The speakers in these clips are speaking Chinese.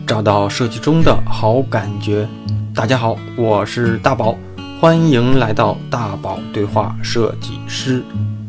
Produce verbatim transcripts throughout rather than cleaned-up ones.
找到设计中的好感觉。大家好，我是大宝，欢迎来到大宝对话设计师。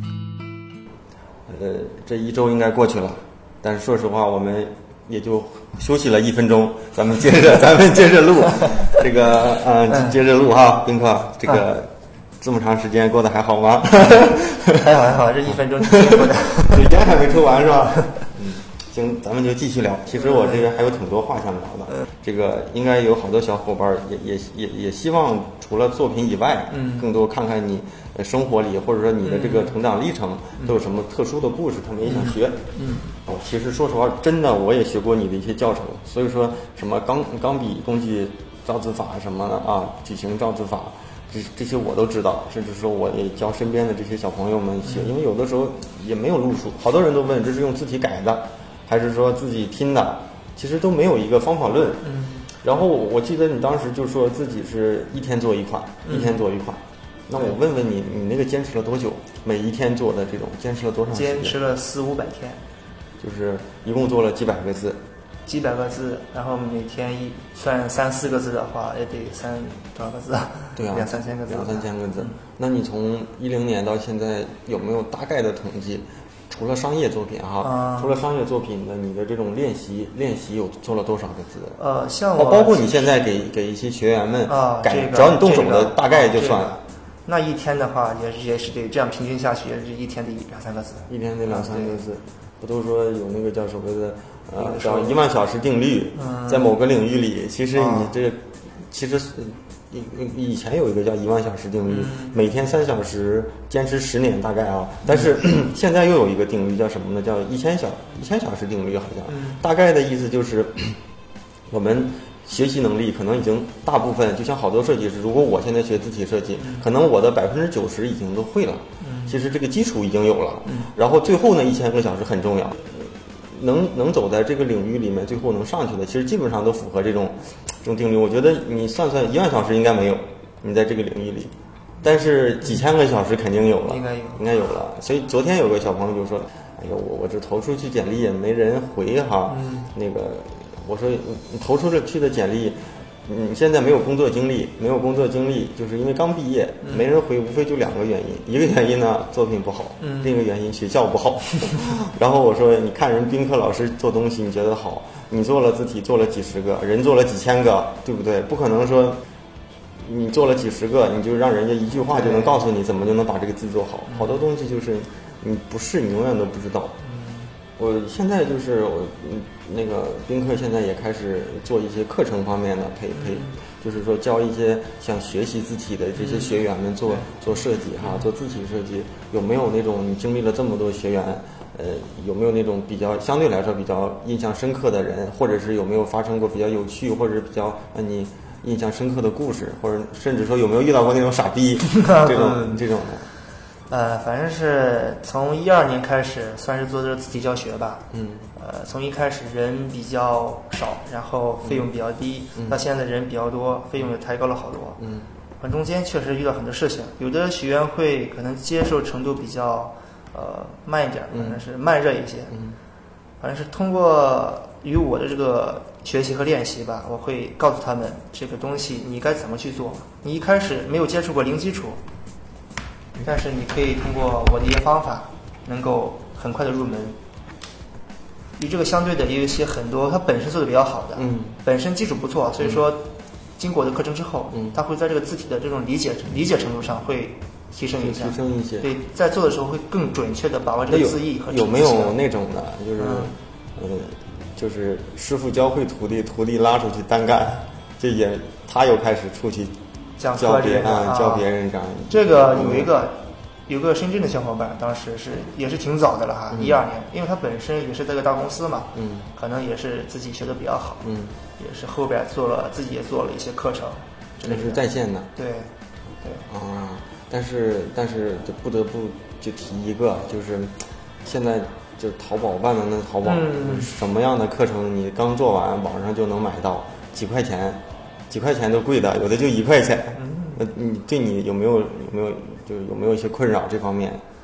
呃，这一周应该过去了，但是说实话，我们也就休息了一分钟，咱们接着，咱们接着录，这个呃，接着录哈，宾客，这个这么长时间过得还好吗？ 还好还好，这一分钟挺过的， 这烟还没抽完是吧？嗯，行，咱们就继续聊。其实我这边还有挺多话想聊的，这个应该有好多小伙伴也也也也希望除了作品以外，嗯，更多看看你生活里或者说你的这个成长历程都有什么特殊的故事，他们也想学。嗯，我其实说实话，真的我也学过你的一些教程，所以说什么钢钢笔工具造字法什么的啊，矩形造字法。这这些我都知道，甚至说我也教身边的这些小朋友们学，因为有的时候也没有路数，好多人都问这是用字体改的，还是说自己拼的，其实都没有一个方法论。嗯，然后我记得你当时就说自己是一天做一款，一天做一款。那我问问你，你那个坚持了多久？每一天做的这种坚持了多长时间？ 坚持了四五百天， 就是一共做了几百个字。 几百个字，然后每天一算三四个字的话，也得三多少个字？ 对啊， 两三千个字。 两三千个字。嗯、那你从一零年到现在有没有大概的统计？除了商业作品哈，啊、除了商业作品的，你的这种练习练习有做了多少个字？ 呃，像我包括你现在给给一些学员们啊改， 这个、 只要你动手的，大概就算。 这个那一天的话，也是也是得这样平均下去，也是一天得两三个字。 一天得两三个字，不都说有那个叫所谓的呃叫一万小时定律， 嗯、 在某个领域里，其实你这、啊、其实以以前有一个叫一万小时定律，嗯、每天三小时，坚持十年大概啊。但是、嗯、现在又有一个定律叫什么呢？叫一千小一千小时定律，好像、嗯、大概的意思就是我们。学习能力可能已经大部分，就像好多设计师，如果我现在学字体设计，嗯、可能我的百分之九十已经都会了。嗯、其实这个基础已经有了，嗯、然后最后那一千个小时很重要，能能走在这个领域里面，最后能上去的，其实基本上都符合这种这种定律。我觉得你算算一万小时应该没有，你在这个领域里，但是几千个小时肯定有了， 应该有， 应该有了。所以昨天有个小朋友就说：“哎呦，我我这投出去简历也没人回哈，嗯、那个。”我说你投出去的简历，你现在没有工作经历，没有工作经历，就是因为刚毕业，嗯、没人回，无非就两个原因，一个原因呢作品不好，嗯、另一个原因学校不好。然后我说你看人宾客老师做东西，你觉得好，你做了字体做了几十个，人做了几千个，对不对？不可能说你做了几十个，你就让人家一句话就能告诉你怎么就能把这个字做好。好多东西就是你不是你永远都不知道。我现在就是我嗯那个宾客现在也开始做一些课程方面的培培，就是说教一些想学习字体的这些学员们做做设计哈，做字体设计。有没有那种你经历了这么多学员，呃，有没有那种比较相对来说比较印象深刻的人，或者是有没有发生过比较有趣或者是比较让你印象深刻的故事，或者甚至说有没有遇到过那种傻逼这种这种的？ 呃，反正是从一二年开始，算是做这个字体教学吧。 嗯。 呃，从一开始人比较少，然后费用比较低， 嗯、 到现在人比较多，费用也抬高了好多。 嗯。 反正中间确实遇到很多事情，有的学员会可能接受程度比较呃慢一点，可能是慢热一些。 嗯。 反正是通过与我的这个学习和练习吧，我会告诉他们这个东西你该怎么去做。你一开始没有接触过零基础。但是你可以通过我的一些方法，能够很快的入门。与这个相对的，也有一些很多他本身做的比较好的， 嗯， 本身基础不错，所以说经过我的课程之后， 嗯， 他会在这个字体的这种理解理解程度上会提升一下， 提升一些。 对，在做的时候会更准确的把握这个字义和有没有那种的，就是， 嗯， 呃，就是师傅教会徒弟，徒弟拉出去单干，这也他又开始出去。 讲教别人啊， 教别人这样。 这个有一个，有个深圳的小伙伴，当时是也是挺早的了哈，一二年，因为他本身也是在个大公司嘛， 嗯， 可能也是自己学的比较好， 嗯， 也是后边做了自己也做了一些课程， 这是在线的， 对，对啊，但是但是就不得不就提一个，就是现在就淘宝万能的淘宝， 嗯， 什么样的课程你刚做完，网上就能买到，几块钱。几块钱都贵的，有的就一块钱。那你对你有没有有没有就是有没有一些困扰这方面？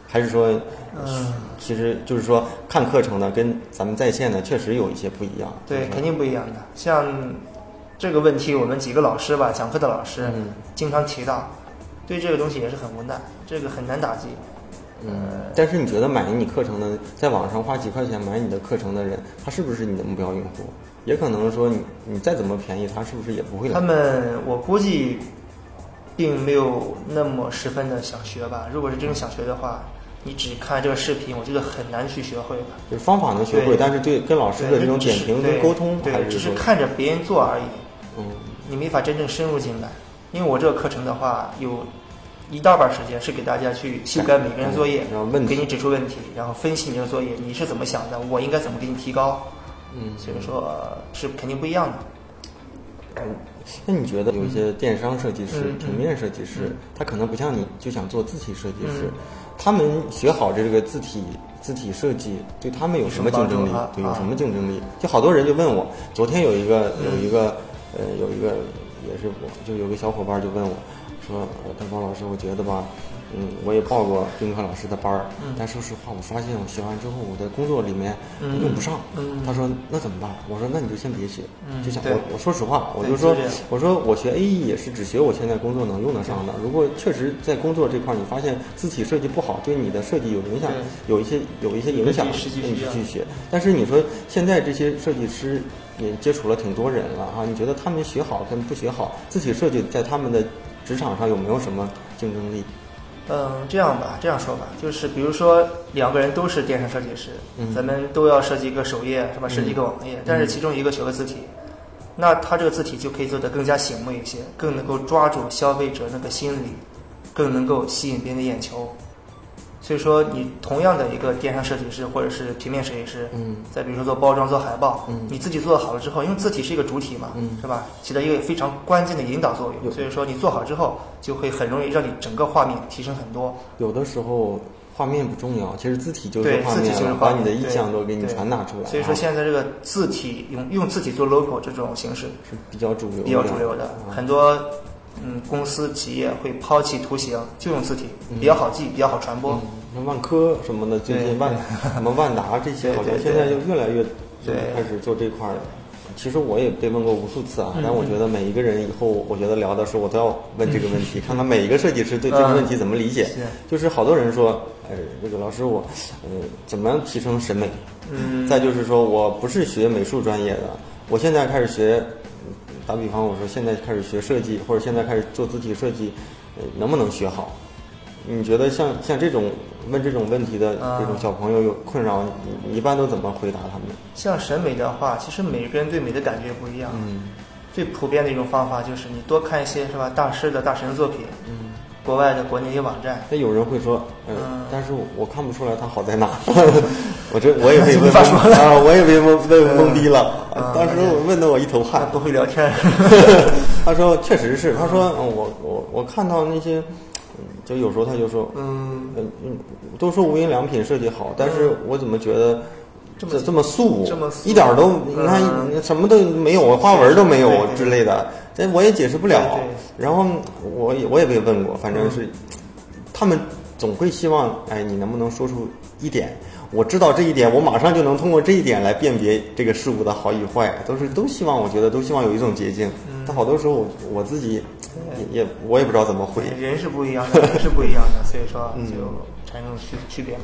还是说， 嗯， 其实就是说看课程的跟咱们在线的确实有一些不一样。 对，肯定不一样的。像这个问题，我们几个老师吧，讲课的老师， 嗯， 经常提到，对这个东西也是很无奈，这个很难打击。 嗯，但是你觉得买你课程的，在网上花几块钱买你的课程的人，他是不是你的目标用户？也可能说你你再怎么便宜，他是不是也不会来？ 他们我估计并没有那么十分的想学吧。如果是真正想学的话，你只看这个视频，我觉得很难去学会吧。 就是方法能学会，但是对跟老师的这种点评跟沟通， 对， 还是只是看着别人做而已。 嗯， 你没法真正深入进来。因为我这个课程的话，有一大半时间是给大家去修改每个人作业， 然后问题给你指出问题，然后分析你的作业，你是怎么想的，我应该怎么给你提高。 嗯， 所以说是肯定不一样的。 嗯，那你觉得有一些电商设计师、 嗯、 平面设计师、嗯，他可能不像你就想做字体设计师， 嗯、 他们学好这个字体字体设计对他们有什么竞争力？对，有什么竞争力？就好多人就问我，昨天有一个有一个、嗯、呃有一个也是我就有个小伙伴就问我说，呃，大宝老师，我觉得吧。嗯，我也报过冰课老师的班儿、嗯，但说实话，我发现我学完之后，我在工作里面用不上。 嗯、 他说那怎么办？我说那你就先别学。 嗯、 就想我我说实话，我就说我说我学 A E 也是只学我现在工作能用得上的。如果确实在工作这块，你发现字体设计不好，对你的设计有影响，有一些有一些影响，那你就去学。但是你说现在这些设计师也接触了挺多人了哈，你觉得他们学好跟不学好，字体设计在他们的职场上有没有什么竞争力？ 嗯，这样吧，这样说吧，就是比如说两个人都是电商设计师， 嗯、 咱们都要设计一个首页是吧？设计一个网页，嗯、但是其中一个学个字体，那他这个字体就可以做得更加醒目一些，更能够抓住消费者那个心理，更能够吸引别人的眼球。所以说，你同样的一个电商设计师或者是平面设计师， 嗯， 再比如说做包装、做海报， 嗯， 你自己做好了之后，因为字体是一个主体嘛， 嗯， 是吧？起到一个非常关键的引导作用。所以说，你做好之后，就会很容易让你整个画面提升很多。 有的时候画面不重要，其实字体就是画面， 对，字体就是把你的意象都给你传达出来。 所以说，现在这个字体用用字体做 logo 这种形式是比较主流的， 比较主流的， 啊、 很多。嗯，公司企业会抛弃图形，就用字体，比较好记，嗯、比较好传播。 像、嗯、万科什么的，最近万什么万达这些，好像现在就越来越开始做这块了。其实我也被问过无数次啊， 嗯、 但我觉得每一个人以后，我觉得聊的时候，我都要问这个问题，嗯、看看每一个设计师对这个问题怎么理解。 嗯、 就是好多人说，哎，这个老师我，呃，怎么提升审美？ 嗯。 再就是说我不是学美术专业的，我现在开始学。打比方，我说现在开始学设计，或者现在开始做字体设计，呃，能不能学好？你觉得像像这种问这种问题的这种小朋友有困扰，你、嗯、你一般都怎么回答他们？ 像审美的话，其实每个人对美的感觉不一样。 嗯。 最普遍的一种方法就是你多看一些是吧大师的大神作品。 嗯。 国外的国内一些网站。 那有人会说，呃、 嗯， 但是我看不出来它好在哪。我这我也被问啊，我也被问问懵逼了。 嗯、 当时我问得我一头汗。 不会聊天。 他说确实是，他说、嗯、我我我看到那些，就有时候他就说， 嗯嗯，都说无印良品设计好，但是我怎么觉得这这这么素， 这么素一点都你看、 嗯、 什么都没有，花纹都没有之类的。这我也解释不了， 对对然后我也我也被问过，反正是、嗯、他们总会希望，哎，你能不能说出一点？我知道这一点，我马上就能通过这一点来辨别这个事物的好与坏，都是都希望，我觉得都希望有一种捷径。嗯、但好多时候我我自己也也我也不知道怎么回。 人是不一样的，人是不一样的，所以说就产生区区别嘛。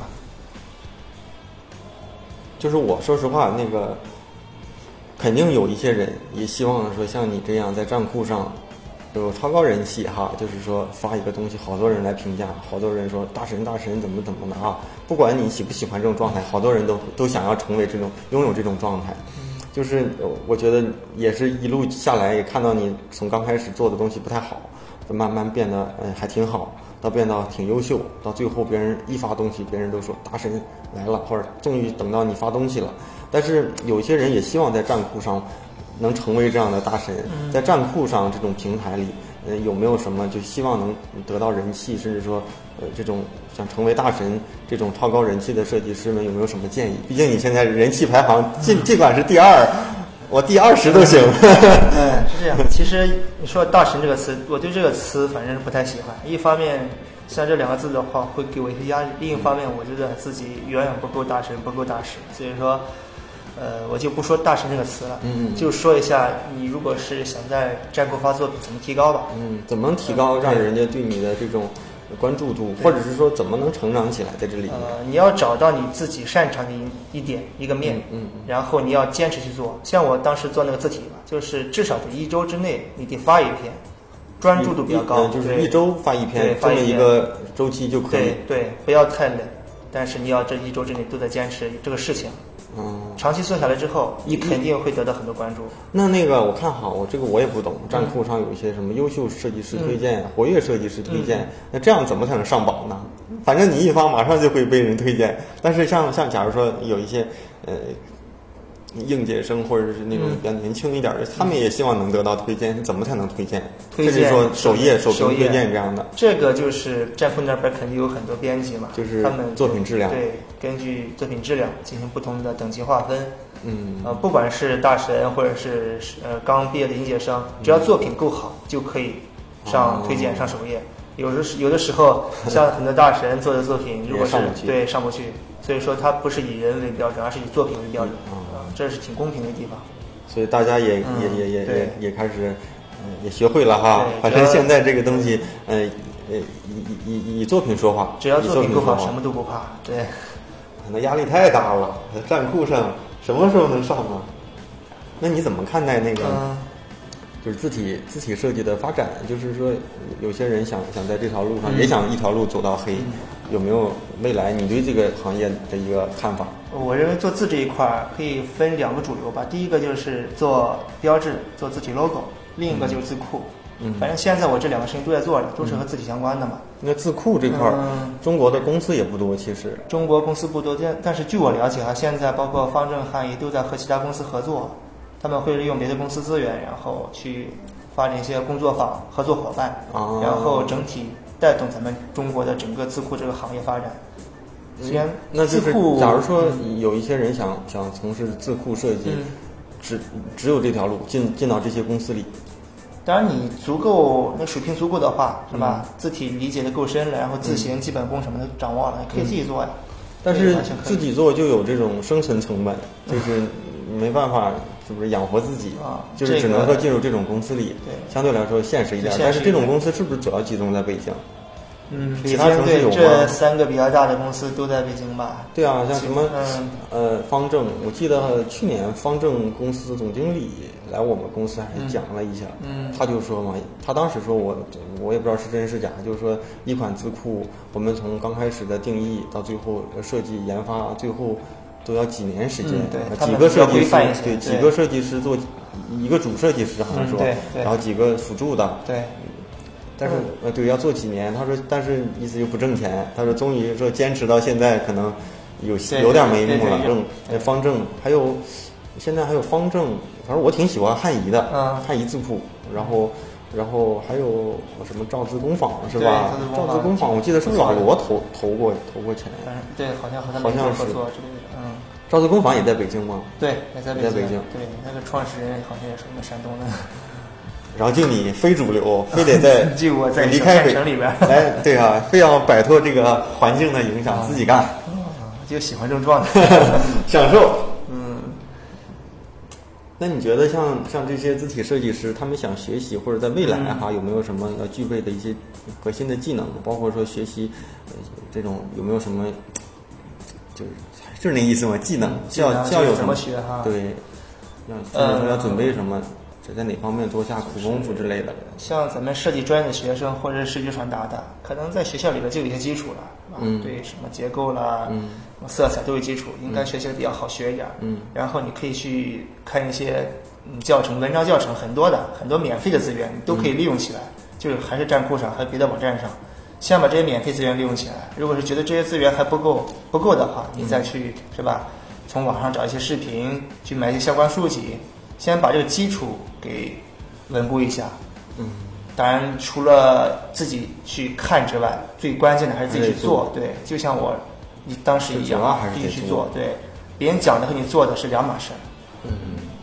就是我说实话，那个。肯定有一些人也希望说像你这样在站酷上有超高人气哈，就是说发一个东西，好多人来评价，好多人说大神大神怎么怎么的啊。不管你喜不喜欢这种状态，好多人都都想要成为这种拥有这种状态。就是我觉得也是一路下来，也看到你从刚开始做的东西不太好，慢慢变得嗯还挺好，到变到挺优秀，到最后别人一发东西，别人都说大神来了，或者终于等到你发东西了。但是有些人也希望在站酷上能成为这样的大神，在站酷上这种平台里，呃，有没有什么就希望能得到人气，甚至说，呃，这种想成为大神这种超高人气的设计师们有没有什么建议？毕竟你现在人气排行尽尽管是第二，我第二十都行。 嗯，是这样。其实你说大神这个词，我对这个词反正是不太喜欢。一方面， 像这两个字的话，会给我一些压力。另一方面，我觉得自己远远不够大神，不够大师，所以说，呃，我就不说大神这个词了， 嗯， 就说一下你如果是想在战库发作品怎么提高吧。 嗯，怎么提高让人家对你的这种关注度，或者是说怎么能成长起来在这里面？ 呃，你要找到你自己擅长的一一点一个面， 嗯，嗯然后你要坚持去做。像我当时做那个字体吧，就是至少得一周之内你得发一篇。专注度比较高， 就是一周发一篇， 这么一个周期就可以。 对对，不要太累，但是你要这一周之内都在坚持这个事情。 嗯， 长期做下来之后，你肯定会得到很多关注。 那那个我看好，我这个我也不懂，站库上有一些什么优秀设计师推荐、嗯、活跃设计师推荐，嗯、那这样怎么才能上榜呢？反正你一发马上就会被人推荐，但是像像假如说有一些呃。应届生或者是那种比较年轻一点的，嗯、他们也希望能得到推荐，怎么才能推荐？ 推荐甚至说首页、首屏推荐这样的。 这个就是站库那边肯定有很多编辑嘛， 就是他们作品质量， 对，根据作品质量进行不同的等级划分。 嗯， 呃，不管是大神或者是呃刚毕业的应届生，只要作品够好，就可以上推荐、 哦、 上首页。有的时有的时候，像很多大神做的作品，如果是上不去对上不去，所以说它不是以人为标准，而是以作品为标准。 嗯这是挺公平的地方， 所以大家也、 嗯、 也也也也也开始，嗯，也学会了哈。反正现在这个东西，呃，呃，以以以作品说话， 只要作品够好， 什么都不怕。对， 那压力太大了，站库上什么时候能上啊？那你怎么看待那个？ 嗯就是字体字体设计的发展，就是说，有些人想想在这条路上、 嗯、 也想一条路走到黑， 嗯、 有没有未来你对这个行业的一个看法？ 我认为做字这一块可以分两个主流吧，第一个就是做标志，做字体 logo， 另一个就是字库。 嗯， 反正现在我这两个事情都在做了，都是和字体相关的嘛。 那字库这块、嗯，中国的公司也不多，其实中国公司不多，但但是据我了解啊，现在包括方正、汉仪都在和其他公司合作。他们会利用别的公司资源，然后去发展一些工作坊、合作伙伴， 啊、 然后整体带动咱们中国的整个字库这个行业发展。虽然那就是字库， 假如说有一些人想想从事字库设计， 嗯、 只只有这条路进进到这些公司里。 当然，你足够那水平足够的话，是吧？ 嗯、 字体理解的够深了，然后字形、基本功什么的掌握了，可以自己做呀。 嗯、但是自己做就有这种生存成本，就是没办法。是不是养活自己啊？ 就是只能说进入这种公司里， 对， 相对来说现实一点。但是这种公司是不是主要集中在北京？ 嗯， 其他城市有吗？ 这三个比较大的公司都在北京吧？ 对啊，像什么、 嗯、 呃方正，我记得去年方正公司总经理来我们公司还讲了一下， 嗯， 他就说嘛，他当时说我我也不知道是真是假，就是说一款字库，我们从刚开始的定义到最后设计研发，最后。都要几年时间， 嗯、对几个设计师， 对， 几个设计师做一个主设计师，好像说， 嗯、对对然后几个辅助的， 对。 但是、嗯、呃，对，要做几年。他说，但是意思又不挣钱。他说，终于说坚持到现在，可能有有点眉目了。正方正还有，现在还有方正，反正我挺喜欢汉仪的， 嗯、 汉仪字库，然后。然后还有什么赵字工坊是吧？赵字工坊，我记得是老罗投投过投过钱。 嗯，对，好像和他好像合作之类的。嗯， 赵字工坊也在北京吗？ 对，也在北京。在北京。 对，那个创始人好像也是我们山东的。 然后就你非主流，非得在就我在离开北城里边。 哎，对啊，非要摆脱这个环境的影响，自己干。 哦，就喜欢这种状态， 享受。 嗯。 那你觉得像像这些字体设计师，他们想学习或者在未来哈、嗯、有没有什么要具备的一些核心的技能？包括说学习、呃、这种有没有什么，就是就是那意思嘛？技能要要有怎么学哈？ 对，要或者说要准备什么？在哪方面多下苦功夫之类的？ 像咱们设计专业的学生或者是视觉传达的，可能在学校里边就有一些基础了， 嗯， 对什么结构啦， 嗯， 色彩都有基础，应该学习的比较好学一点， 嗯， 然后你可以去看一些嗯教程、文章教程，很多的很多免费的资源，你都可以利用起来，嗯、就是还是站库上和别的网站上，先把这些免费资源利用起来。如果是觉得这些资源还不够不够的话，你再去、嗯、是吧？从网上找一些视频，去买一些相关书籍。先把这个基础给稳固一下， 嗯， 当然除了自己去看之外，最关键的还是自己去做。对，就像我你当时一样，必须去做。对，别人讲的和你做的是两码事。 嗯，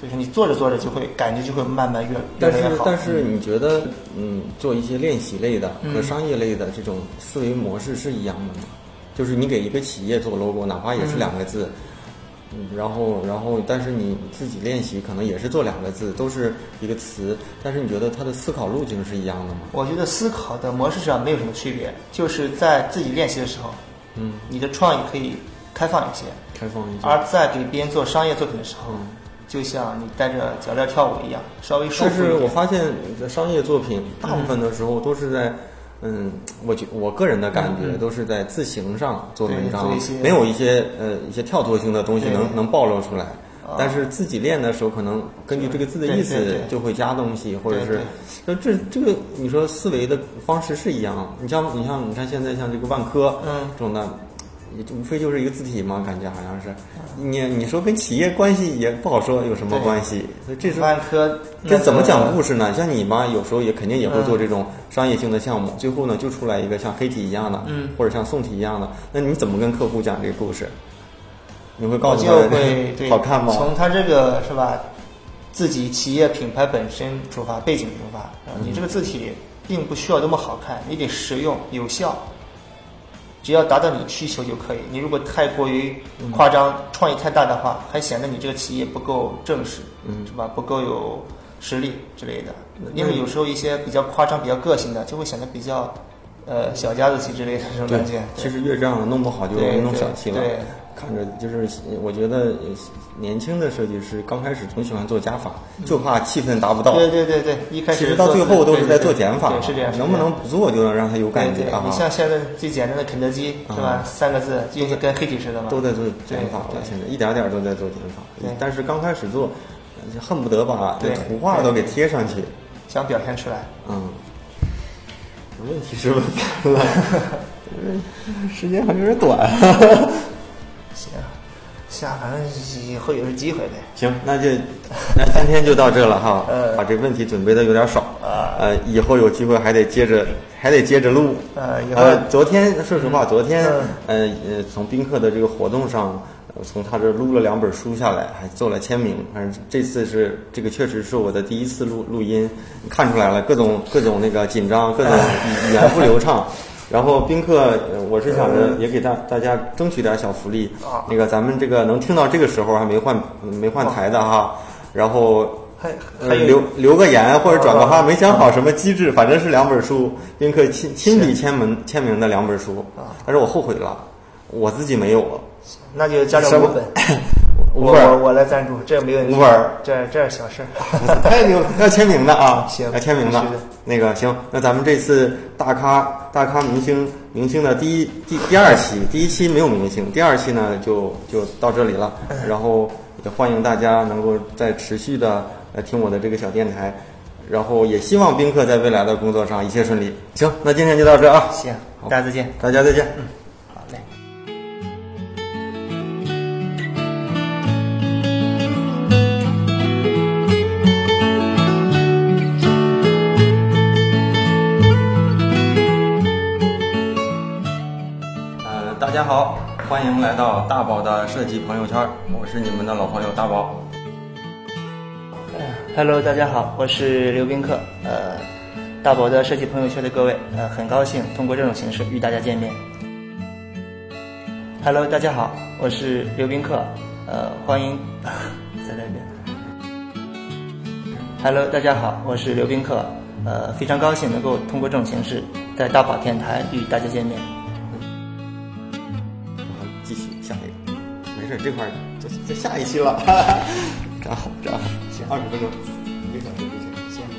就是你做着做着就会感觉就会慢慢越但是越来越好。 但是你觉得，嗯，做一些练习类的和商业类的这种思维模式是一样的吗？就是你给一个企业做 logo， 哪怕也是两个字，嗯，然后然后但是你自己练习可能也是做两个字，都是一个词，但是你觉得它的思考路径是一样的吗？ 我觉得思考的模式上没有什么区别，就是在自己练习的时候， 嗯， 你的创意可以开放一些， 开放一些， 而在给别人做商业作品的时候。 嗯， 就像你带着脚链跳舞一样，稍微束缚一点。 但是我发现商业作品大部分的时候都是在，嗯，我觉我个人的感觉都是在字形上做文章，没有一些呃一些跳脱性的东西能能暴露出来。但是自己练的时候，可能根据这个字的意思就会加东西，或者是，就这这个你说思维的方式是一样。你像你像你看现在像这个万科，嗯，这种的。也无非就是一个字体嘛，感觉好像是，你你说跟企业关系也不好说有什么关系，所以这是万科这怎么讲故事呢？像你嘛，有时候也肯定也会做这种商业性的项目，嗯、最后呢就出来一个像黑体一样的，嗯，或者像宋体一样的，那你怎么跟客户讲这个故事？你会告诉他就会好看吗？ 从他这个是吧，自己企业品牌本身出发，背景出发，嗯、你这个字体并不需要多么好看，你得实用有效。只要达到你需求就可以。你如果太过于夸张、嗯、创意太大的话，还显得你这个企业不够正式，嗯，是吧？不够有实力之类的。因为有时候一些比较夸张、比较个性的，就会显得比较，呃，小家子气之类的这种感觉。 其实越这样弄不好就弄小气了。 对， 看着就是，我觉得年轻的设计师刚开始总喜欢做加法，嗯、就怕气氛达不到。 对对对对，一开始其实到最后都是在做减法， 对对对是这样。 能不能不做就能让他有感觉啊？ 你像现在最简单的肯德基、嗯、是吧？三个字就跟黑体似的嘛， 都在做减法了。现在一点点都在做减法，但是刚开始做，恨不得把图画都给贴上去， 想表现出来。 嗯。问题是问反了，时间好像有点短。 行，下反正以后有机会呗。 行，那就那今天就到这了哈。呃，把这问题准备的有点少。呃，以后有机会还得接着还得接着录。 呃，以后呃，昨天说实话，昨天呃呃从宾客的这个活动上。从他这录了两本书下来，还做了签名。反正这次是这个，确实是我的第一次录录音，看出来了各种各种那个紧张，各种语言不流畅。然后宾客，我是想着也给大大家争取点小福利。那个咱们这个能听到这个时候还没换没换台的哈，然后呃留留个言或者转个发，没想好什么机制，反正是两本书，宾客亲亲笔签名签名的两本书。但是我后悔了，我自己没有了。 那就加上五本，我我我来赞助，这没问题。 五本， 这这是小事。 太牛了，要签名的啊！ 行， 要签名的。那个行，那咱们这次大咖大咖明星明星的第一第第二期，第一期没有明星，第二期呢就就到这里了。然后也欢迎大家能够再持续的来听我的这个小电台，然后也希望宾客在未来的工作上一切顺利。行，那今天就到这啊。 行，大家再见。 大家再见。 嗯。好嘞。 大家好，欢迎来到大宝的设计朋友圈，我是你们的老朋友大宝。 Hello， 大家好，我是刘宾客，呃，大宝的设计朋友圈的各位，呃，很高兴通过这种形式与大家见面。Hello， 大家好，我是刘宾客，呃，欢迎，再来一遍。Hello， 大家好，我是刘宾客，呃，非常高兴能够通过这种形式在大宝电台与大家见面。 继续下一个，没事，这块就就下一期了，正好正好，行，二十分钟，一个小时就行，行。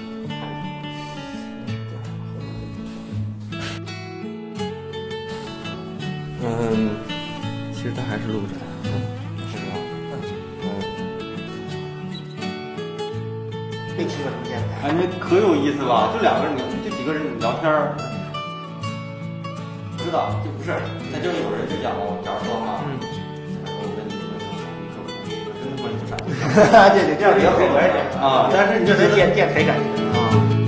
嗯，其实他还是录着，嗯，是吧？嗯， 没听过什么电台？ 感觉可有意思了，就两个人，就几个人聊天儿。知道就不是，那就有人就讲我，假如说哈，嗯，我问你们客户，真的关系不啥， 对对，这样比较好玩一点啊，但是你这是电电台感觉啊。